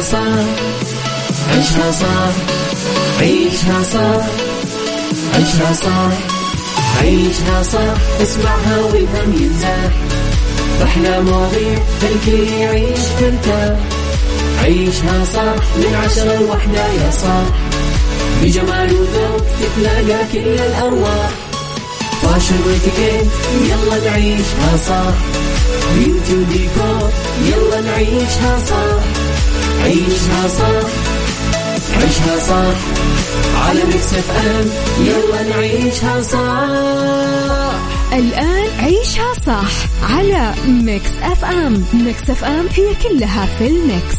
عيشها صح عيشها صح عيشها صح عيشها صح عيشها صح اسمعها والهم ينزاح أحلى مواضيع الكل يعيش ترتاح عيشها صح من 10 ل1 يا صاح بجمال وذوق تتلاقى كل الأرواح فاشل واتيكيت يلا نعيشها صح بيوتي وديكور يلا نعيشها صح عيشها صح عيشها صح على ميكس اف ام يلا نعيشها صح. الآن عيشها صح على ميكس اف ام. ميكس اف ام هي كلها في الميكس.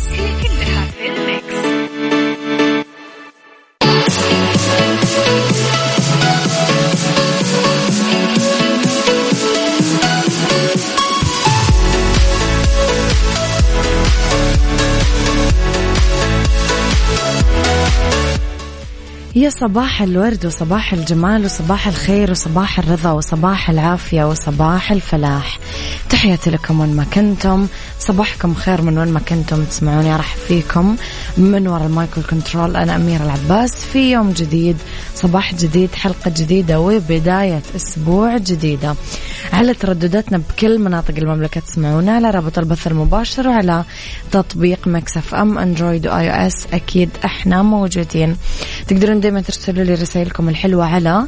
يا صباح الورد وصباح الجمال وصباح الخير وصباح الرضا وصباح العافية وصباح الفلاح. تحياتي لكم وين ما كنتم، صباحكم خير من وين ما كنتم تسمعوني. أرحب فيكم من وراء المايكل كنترول، أنا أميرة العباس، في يوم جديد، صباح جديد، حلقة جديدة وبداية أسبوع جديدة على تردداتنا بكل مناطق المملكة. تسمعونا على رابط البث المباشر وعلى تطبيق ميكس اف ام اندرويد واي او اس. أكيد احنا موجودين، تقدرون دايما ترسلوا لي رسائلكم الحلوة على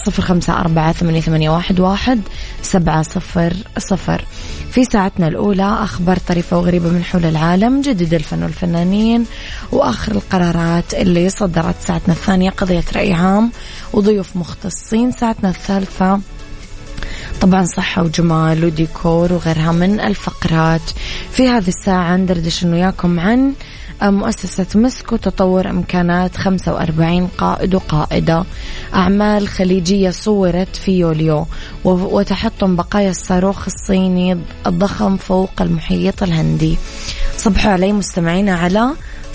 0548811700. في ساعتنا الأولى أخبار طريفة وغريبة من حول العالم، جديد الفن والفنانين، وآخر القرارات اللي صدرت. ساعتنا الثانية قضية رأي عام وضيوف مختصين. ساعتنا الثالثة طبعا صحة وجمال وديكور وغيرها من الفقرات. في هذه الساعة ندردش وياكم عن مؤسسة مسك وتطور إمكانات 45 قائد وقائدة، أعمال خليجية صورت في يوليو، وتحطم بقايا الصاروخ الصيني الضخم فوق المحيط الهندي. صبحوا علي مستمعينا على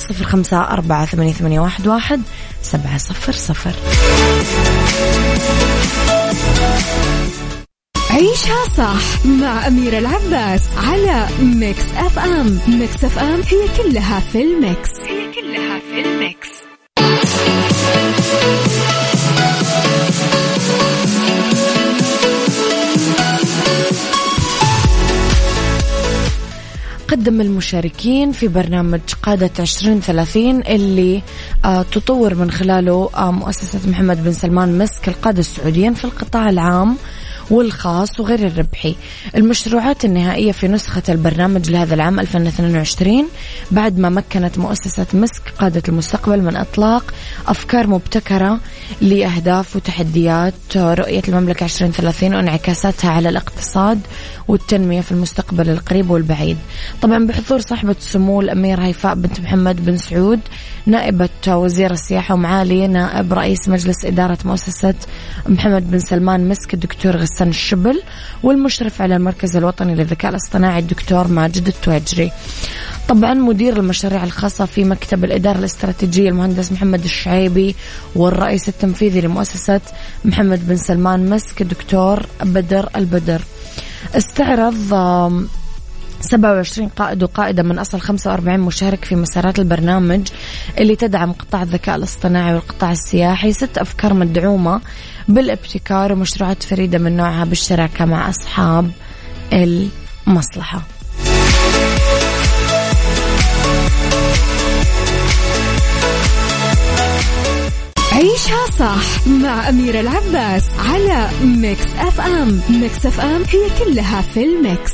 0548811700. عيشها صح مع أميرة العباس على ميكس اف ام. ميكس اف ام هي كلها في الميكس. قدم المشاركين في برنامج قادة 2030 اللي تطور من خلاله مؤسسة محمد بن سلمان مسك القادة السعوديين في القطاع العام والخاص وغير الربحي. المشروعات النهائية في نسخة البرنامج لهذا العام 2022 بعد ما مكنت مؤسسة مسك قادة المستقبل من إطلاق أفكار مبتكرة لأهداف وتحديات رؤية المملكة 2030 وانعكاساتها على الاقتصاد والتنمية في المستقبل القريب والبعيد. طبعا بحضور صاحبة السمو الأمير هيفاء بنت محمد بن سعود نائبة وزير السياحة ومعالي نائب رئيس مجلس إدارة مؤسسة محمد بن سلمان مسك الدكتور غسان الشبل، والمشرف على المركز الوطني للذكاء الاصطناعي الدكتور ماجد التواجري. طبعا مدير المشاريع الخاصة في مكتب الإدارة الاستراتيجية المهندس محمد الشعيبي، والرئيس التنفيذي لمؤسسة محمد بن سلمان مسك الدكتور بدر البدر. استعرض 27 قائد وقائدة من أصل 45 مشارك في مسارات البرنامج اللي تدعم قطاع الذكاء الاصطناعي والقطاع السياحي 6 أفكار مدعومة بالابتكار ومشروعات فريدة من نوعها بالشراكة مع أصحاب المصلحة. عيشها صح مع أميرة العباس على ميكس اف ام. ميكس اف ام هي كلها في الميكس.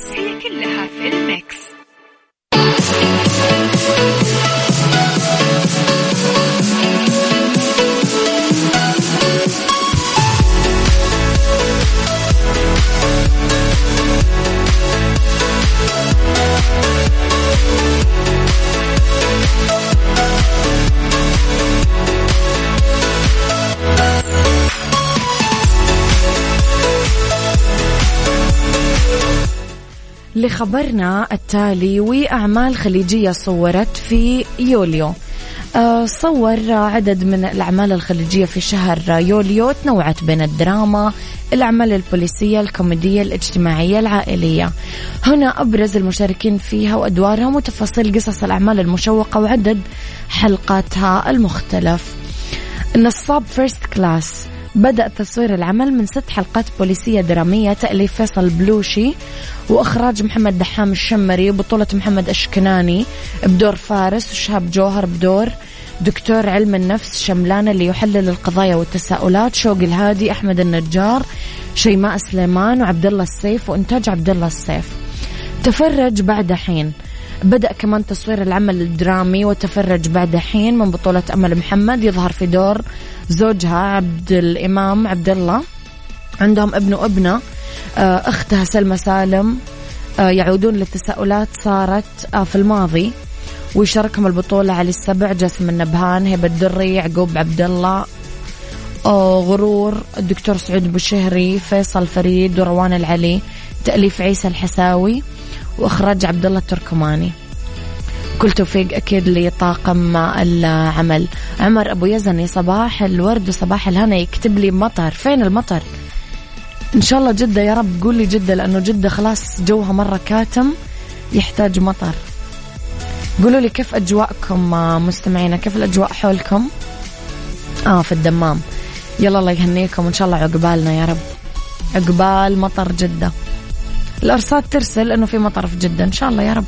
لخبرنا التالي، وأعمال خليجية صورت في يوليو. صور عدد من الأعمال الخليجية في شهر يوليو، تنوعت بين الدراما، الأعمال البوليسية، الكوميدية، الاجتماعية، العائلية. هنا أبرز المشاركين فيها وأدوارهم وتفاصيل قصص الأعمال المشوقة وعدد حلقاتها المختلف. النصاب فيرست كلاس بدأ تصوير العمل من 6 حلقات بوليسية درامية، تأليف فيصل بلوشي وإخراج محمد دحام الشمري، وبطولة محمد أشكناني بدور فارس، وشهاب جوهر بدور دكتور علم النفس شملان اللي يحلل القضايا والتساؤلات، شوقي الهادي، أحمد النجار، شيماء سليمان، وعبد الله السيف، وإنتاج عبد الله السيف. تفرج بعد حين بدأ كمان تصوير العمل الدرامي وتفرج بعد حين من بطولة أمل محمد، يظهر في دور زوجها عبد الإمام عبد الله، عندهم ابن وابنة، أختها سلمى سالم، يعودون للتساؤلات صارت في الماضي، ويشاركهم البطولة علي السبع، جاسم النبهان، هبة الدري، يعقوب عبد الله، غرور، الدكتور سعود بوشهري، فيصل فريد، وروان العلي، تأليف عيسى الحساوي، وإخراج عبد الله التركماني. كل توفيق أكيد لطاقم العمل. عمر أبو يزني، صباح الورد وصباح الهنا، يكتب لي مطر، فين المطر؟ إن شاء الله جدة يا رب، قول لي جدة، لأنه جدة خلاص جوها مرة كاتم، يحتاج مطر. قولوا لي كيف أجواءكم مستمعينا، كيف الأجواء حولكم؟ في الدمام. يلا الله يهنيكم، إن شاء الله عقبالنا يا رب، عقبال مطر جدة. الأرصاد ترسل أنه في مطر في جدة، إن شاء الله يا رب.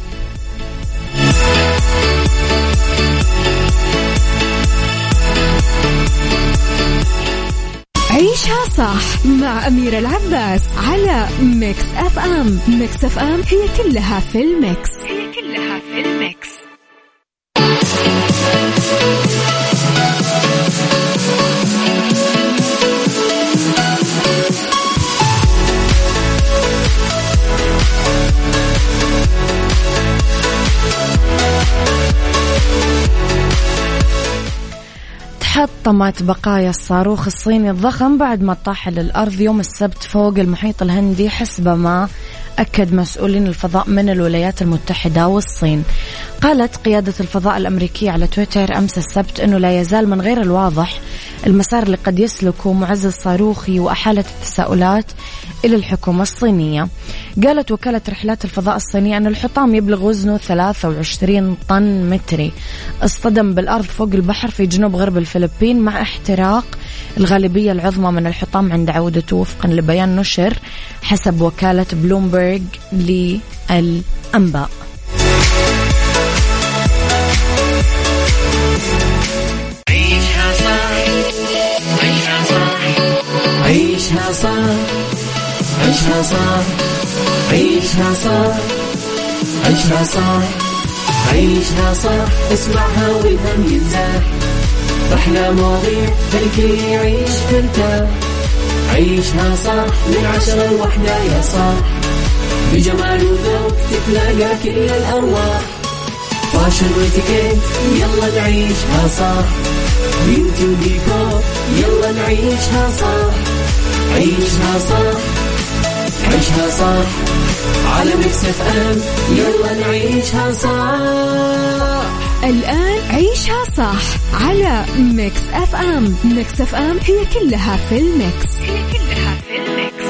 عيشها صح مع أميرة العباس على ميكس أف أم. ميكس أف أم هي كلها في الميكس، هي كلها في الميكس. حطمت بقايا الصاروخ الصيني الضخم بعد ما طاح للأرض يوم السبت فوق المحيط الهندي، حسب ما أكد مسؤولين الفضاء من الولايات المتحدة والصين. قالت قيادة الفضاء الأمريكية على تويتر أمس السبت أنه لا يزال من غير الواضح المسار اللي قد يسلكه معزز صاروخي، وأحالت التساؤلات إلى الحكومة الصينية. قالت وكالة رحلات الفضاء الصينية أن الحطام يبلغ وزنه 23 طن متري، اصطدم بالأرض فوق البحر في جنوب غرب الفلبين مع احتراق الغالبية العظمى من الحطام عند عودته، وفقا لبيان نشر حسب وكالة بلومبرج للأنباء. عيشها صح، عيشها صح، عيشها صح، عيشها صح، عيشها صح، عيشها صح، اسمعها والهم ينزاح، أحلى مواضيع الكل يعيش ترتاح. عيشها صح من 10 ل1 يا صاح، بجمال وذوق تتلاقى كل الأرواح، فاشل واتيكيت يلا نعيشها صح، بيوتي وديكور يلا نعيشها صح. عيشها صح، عيشها صح، على ميكس اف ام يلا نعيشها صح. الآن عيشها صح على ميكس أف أم. ميكس أف أم هي كلها في الميكس، هي كلها في الميكس.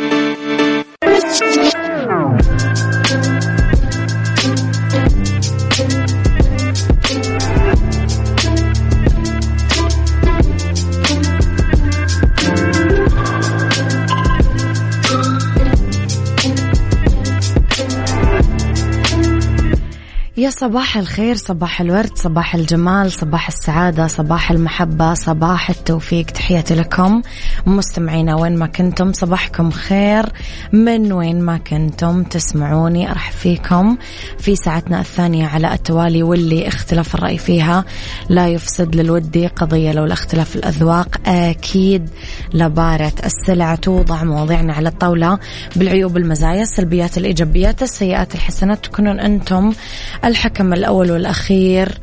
يا صباح الخير، صباح الورد، صباح الجمال، صباح السعادة، صباح المحبة، صباح التوفيق. تحياتي لكم مستمعينا وين ما كنتم، صباحكم خير من وين ما كنتم تسمعوني. أرحب فيكم في ساعتنا الثانية على التوالي، واللي اختلاف الرأي فيها لا يفسد للودي قضية، لولا اختلاف الأذواق أكيد لبارة السلع. توضع مواضيعنا على الطاولة بالعيوب، المزايا، السلبيات، الإيجابيات، السيئات، الحسنات، تكونون أنتم الحكم الأول والأخير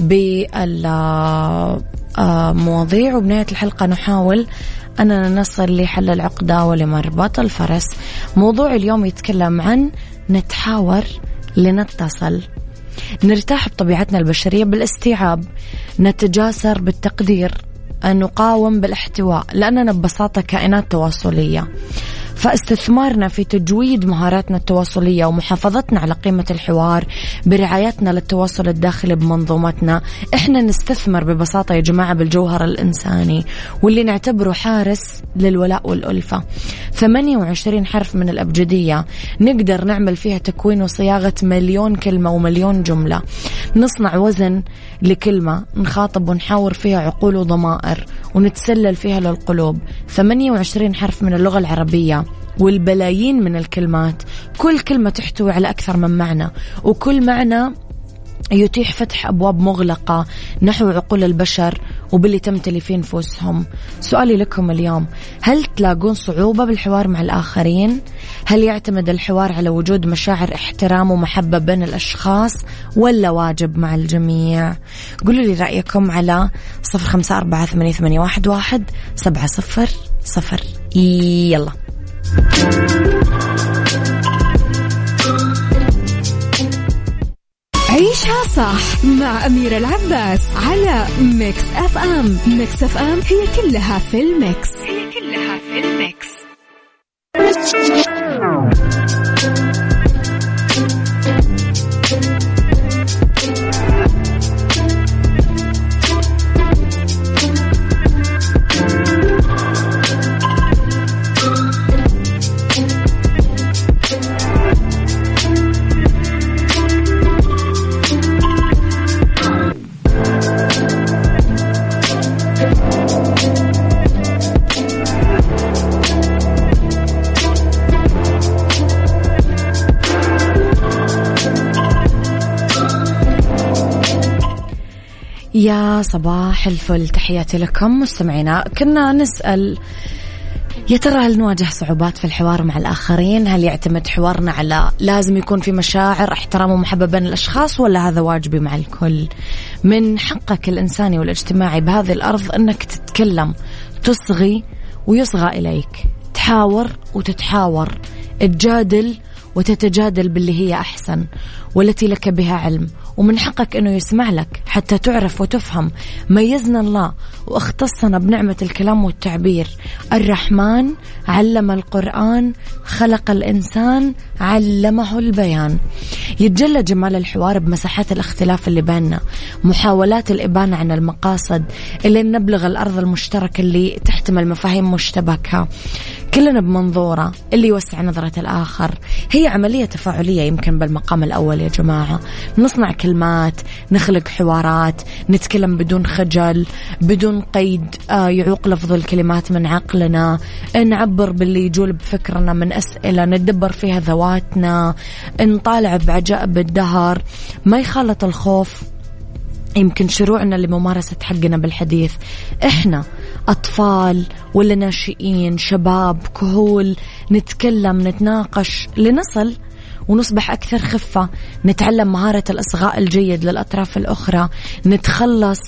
بالمواضيع. وبنهاية الحلقة نحاول أننا نصل لحل العقدة ولمربط الفرس. موضوع اليوم يتكلم عن نتحاور لنتصل. نرتاح بطبيعتنا البشرية بالاستيعاب، نتجاسر بالتقدير، نقاوم بالاحتواء، لأننا ببساطة كائنات تواصلية. فاستثمارنا في تجويد مهاراتنا التواصلية ومحافظتنا على قيمة الحوار برعايتنا للتواصل الداخلي بمنظومتنا، احنا نستثمر ببساطة يا جماعة بالجوهر الإنساني واللي نعتبره حارس للولاء والألفة. 28 حرف من الأبجدية نقدر نعمل فيها تكوين وصياغة مليون كلمة ومليون جملة، نصنع وزن لكلمة نخاطب ونحاور فيها عقول وضمائر ونتسلل فيها للقلوب. 28 حرف من اللغة العربية والبلايين من الكلمات، كل كلمة تحتوي على أكثر من معنى، وكل معنى يتيح فتح أبواب مغلقة نحو عقول البشر وباللي تمتلي في نفوسهم. سؤالي لكم اليوم، هل تلاقون صعوبة بالحوار مع الآخرين؟ هل يعتمد الحوار على وجود مشاعر احترام ومحبة بين الأشخاص ولا واجب مع الجميع؟ قولوا لي رأيكم على 0548811700. يلا عيشها صح مع أميرة العباس على ميكس أف أم. ميكس أف أم هي كلها في الميكس، هي كلها في الميكس. يا صباح الفل، تحياتي لكم مستمعينا. كنا نسأل يا ترى هل نواجه صعوبات في الحوار مع الآخرين؟ هل يعتمد حوارنا على لازم يكون في مشاعر احترام ومحبة بين الأشخاص ولا هذا واجبي مع الكل؟ من حقك الإنساني والاجتماعي بهذه الأرض أنك تتكلم، تصغي ويصغى إليك، تحاور وتتحاور، تجادل وتتجادل باللي هي أحسن والتي لك بها علم، ومن حقك أنه يسمع لك حتى تعرف وتفهم. ميزنا الله واختصنا بنعمة الكلام والتعبير. الرحمن علم القرآن، خلق الإنسان، علمه البيان. يتجلى جمال الحوار بمساحات الاختلاف اللي بيننا، محاولات الإبانة عن المقاصد اللي نبلغ الأرض المشتركة اللي تحتمل مفاهيم مشتبكة، كلنا بمنظورة اللي يوسع نظرة الآخر. هي عملية تفاعلية يمكن بالمقام الأول يا جماعة. نصنع كلمات، نخلق حوارات، نتكلم بدون خجل، بدون قيد يعوق لفظ الكلمات من عقلنا، نعبر باللي يجول بفكرنا من أسئلة ندبر فيها ذواتنا، نطالع بعجائب الدهر، ما يخالط الخوف يمكن شروعنا لممارسة حقنا بالحديث. إحنا أطفال ولا ناشئين، شباب، كهول، نتكلم، نتناقش لنصل ونصبح أكثر خفة، نتعلم مهارة الإصغاء الجيد للأطراف الأخرى، نتخلص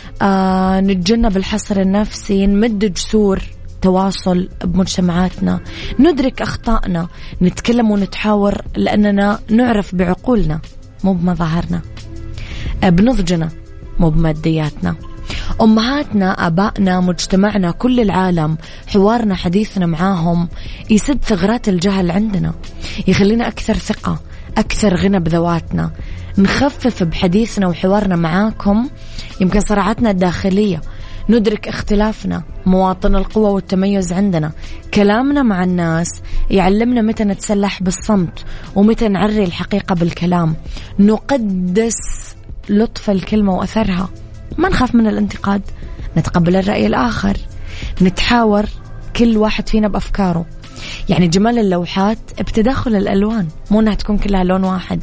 نتجنب الحصر النفسي، نمد جسور تواصل بمجتمعاتنا، ندرك أخطائنا، نتكلم ونتحاور لأننا نعرف بعقولنا مو بمظاهرنا، بنضجنا مو بمادياتنا. أمهاتنا، أبائنا، مجتمعنا، كل العالم، حوارنا، حديثنا معاهم يسد ثغرات الجهل عندنا، يخلينا أكثر ثقة، أكثر غنى بذواتنا، نخفف بحديثنا وحوارنا معاكم يمكن صراعاتنا الداخلية، ندرك اختلافنا، مواطن القوة والتميز عندنا. كلامنا مع الناس يعلمنا متى نتسلح بالصمت ومتى نعري الحقيقة بالكلام، نقدس لطف الكلمة وأثرها، ما نخاف من الانتقاد، نتقبل الرأي الآخر، نتحاور كل واحد فينا بأفكاره. يعني جمال اللوحات بتداخل الألوان، مو أنها تكون كلها لون واحد.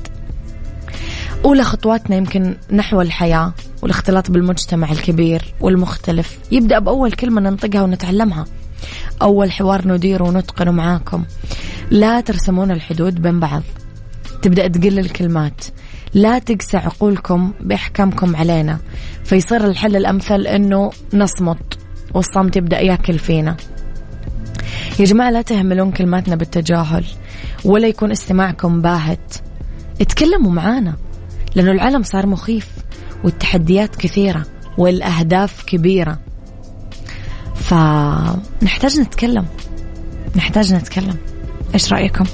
أولى خطواتنا يمكن نحو الحياة والاختلاط بالمجتمع الكبير والمختلف يبدأ بأول كلمة ننطقها ونتعلمها، أول حوار نديره ونتقنه معاكم. لا ترسمون الحدود بين بعض، تبدأ تقل الكلمات، لا تقسى عقولكم بإحكامكم علينا، فيصير الحل الأمثل أنه نصمت والصمت يبدأ يأكل فينا. يا جماعة لا تهملون كلماتنا بالتجاهل ولا يكون استماعكم باهت، اتكلموا معانا، لأنه العالم صار مخيف والتحديات كثيرة والأهداف كبيرة، فنحتاج نتكلم. إيش رأيكم؟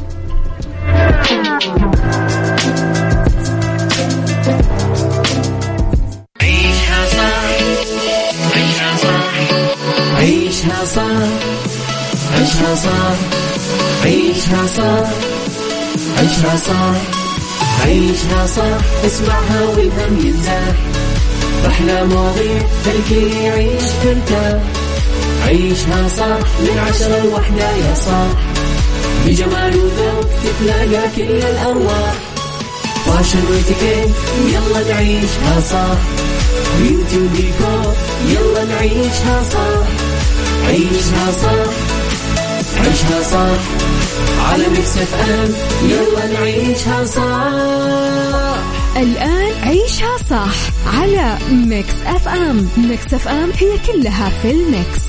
عيشها صح، عيشها صح، عيشها صح، عيشها صح، عيشها صح، عيشها صح، عيشها صح، اسمعها والهم ينزاح، أحلى مواضيع خلي يعيش ترتاح، عيشها صح من 10 ل1 يا صاح، بجمال وذوق تتلاقى كل الأرواح، فاشل واتيكيت يلا نعيشها صح، بيوتي وديكور يلا نعيشها صح، عيشها صح، عيشها صح، على ميكس اف ام يلا نعيشها صح. الآن عيشها صح على ميكس اف ام. ميكس اف ام هي كلها في الميكس.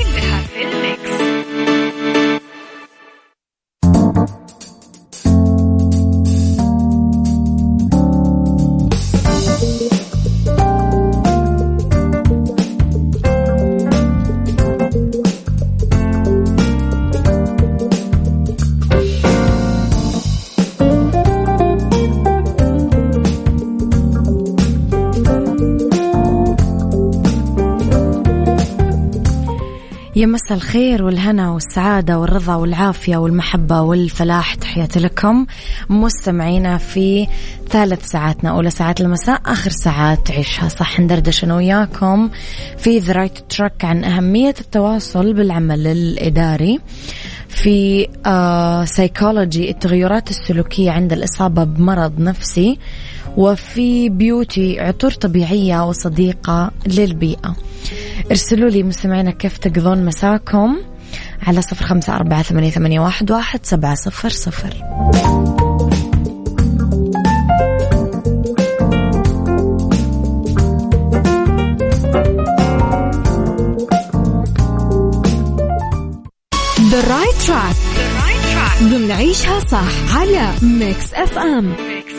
يا مساء الخير والهنا والسعادة والرضا والعافية والمحبة والفلاح، تحياتي لكم مستمعينا في ثالث ساعاتنا، أولى ساعات المساء، آخر ساعات عيشها صح. ندردش أنا وياكم في The Right Track عن أهمية التواصل بالعمل الإداري، في سايكولوجي التغيرات السلوكية عند الإصابة بمرض نفسي، وفي بيوتي عطور طبيعية وصديقة للبيئة. ارسلوا لي مستمعينا كيف تقضون مساكم على 0548811700. The Right Track ضمن عيشها صح على ميكس اف ام.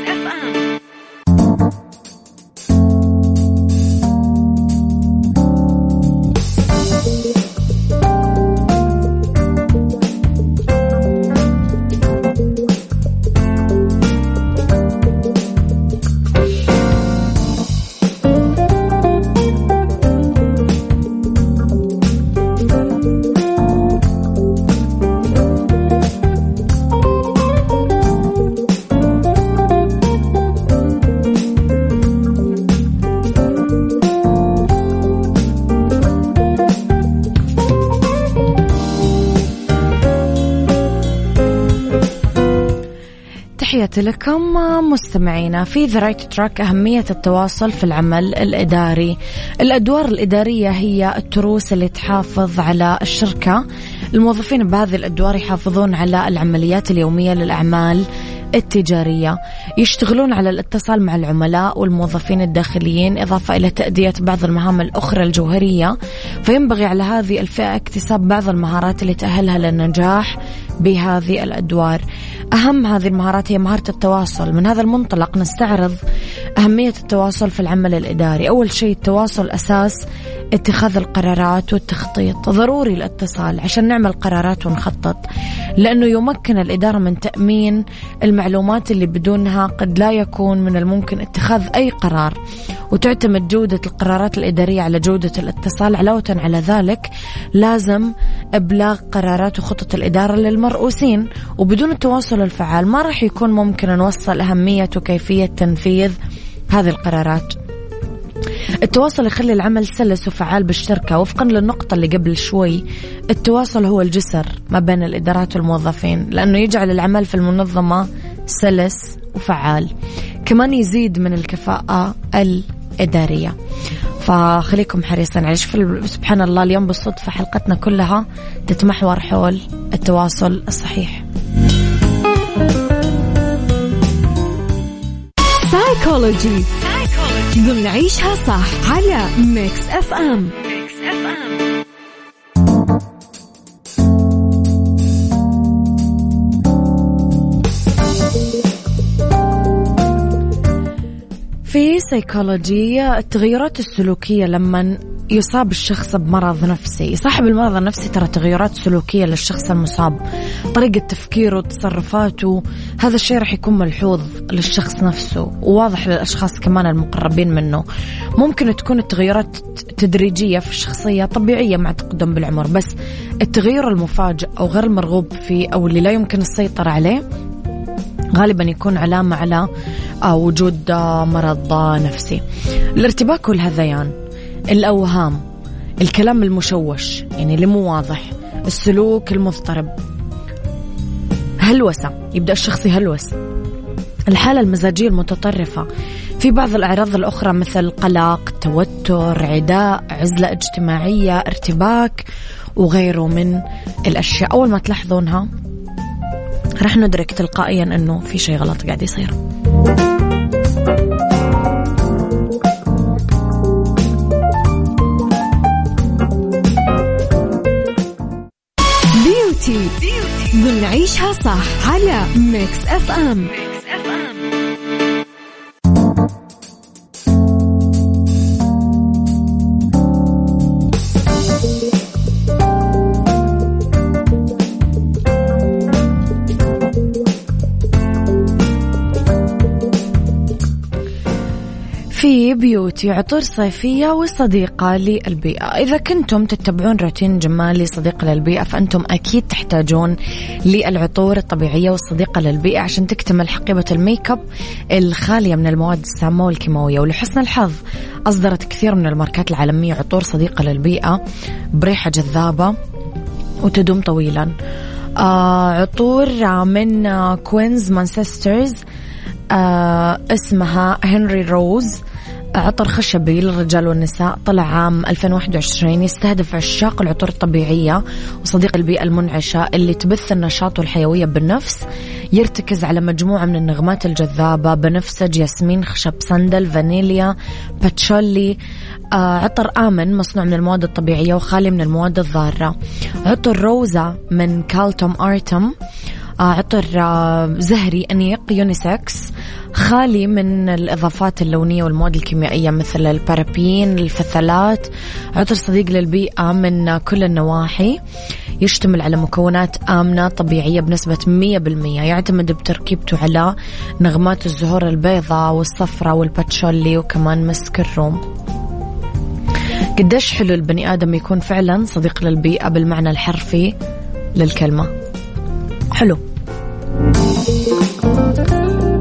تحياتي لكم مستمعينا في The Right Track. أهمية التواصل في العمل الإداري. الأدوار الإدارية هي التروس اللي تحافظ على الشركة. الموظفين بهذه الأدوار يحافظون على العمليات اليومية للأعمال التجارية، يشتغلون على الاتصال مع العملاء والموظفين الداخليين، إضافة إلى تأدية بعض المهام الأخرى الجوهرية. فينبغي على هذه الفئة اكتساب بعض المهارات اللي تأهلها للنجاح بهذه الأدوار. أهم هذه المهارات هي مهارة التواصل. من هذا المنطلق نستعرض أهمية التواصل في العمل الإداري. أول شيء التواصل أساس اتخاذ القرارات والتخطيط. ضروري الاتصال عشان نعمل قرارات ونخطط، لأنه يمكن الإدارة من تأمين المعلومات اللي بدونها قد لا يكون من الممكن اتخاذ أي قرار. وتعتمد جودة القرارات الإدارية على جودة الاتصال. علاوة على ذلك لازم إبلاغ قرارات وخطط الإدارة للمرؤوسين، وبدون التواصل الفعال ما راح يكون ممكن نوصل أهمية وكيفية تنفيذ هذه القرارات. التواصل يخلي العمل سلس وفعال بالشركة. وفقا للنقطة اللي قبل شوي، التواصل هو الجسر ما بين الإدارات والموظفين، لأنه يجعل العمل في المنظمة سلس وفعال. كمان يزيد من الكفاءة الإدارية. فخليكم حريصين على سبحان الله اليوم بالصدفة حلقتنا كلها تتمحور حول التواصل الصحيح. سايكولوجي ضمن عيشها صح على ميكس اف ام. في سيكولوجية التغيرات السلوكية لما يصاب الشخص بمرض نفسي، يصاحب المرض النفسي ترى تغيرات سلوكية للشخص المصاب، طريقة تفكيره تصرفاته، هذا الشيء رح يكون ملحوظ للشخص نفسه وواضح للأشخاص كمان المقربين منه. ممكن تكون التغيرات تدريجية في الشخصية طبيعية مع تقدم بالعمر، بس التغير المفاجئ أو غير المرغوب فيه أو اللي لا يمكن السيطرة عليه غالبا يكون علامة على وجود مرض نفسي. الارتباك والهذيان، الأوهام، الكلام المشوش يعني اللي مو واضح، السلوك المضطرب، هلوسة، يبدأ الشخص يهلوس، الحالة المزاجية المتطرفة. في بعض الأعراض الأخرى مثل قلق، توتر، عداء، عزلة اجتماعية، ارتباك وغيره من الأشياء. أول ما تلاحظونها رح ندرك تلقائيا أنه في شيء غلط قاعد يصير. بيوتي بنعيشها صح على ميكس اف ام. في بيوتي عطور صيفية وصديقة للبيئة. إذا كنتم تتبعون روتين جمالي صديق للبيئة فأنتم أكيد تحتاجون للعطور الطبيعية والصديقة للبيئة عشان تكتمل حقيبة الميك اب الخالية من المواد السامة والكيماوية. ولحسن الحظ أصدرت كثير من الماركات العالمية عطور صديقة للبيئة بريحة جذابة وتدوم طويلا. عطور من كوينز مانشسترز اسمها هنري روز، عطر خشبي للرجال والنساء، طلع عام 2021، يستهدف عشاق العطور الطبيعية وصديق البيئة المنعشة اللي تبث النشاط والحيوية بالنفس. يرتكز على مجموعة من النغمات الجذابة، بنفسج، ياسمين، خشب صندل، فانيليا، باتشولي. عطر آمن مصنوع من المواد الطبيعية وخالي من المواد الضارة. عطر روزا من كالتوم آرتم، عطر زهري أنيق يونيسكس، خالي من الإضافات اللونية والمواد الكيميائية مثل البارابين، الفثلات. عطر صديق للبيئة من كل النواحي، يشتمل على مكونات آمنة طبيعية بنسبة 100%، يعتمد بتركيبته على نغمات الزهور البيضاء والصفراء والباتشولي وكمان مسك الروم. قديش حلو البني آدم يكون فعلا صديق للبيئة بالمعنى الحرفي للكلمة. حلو.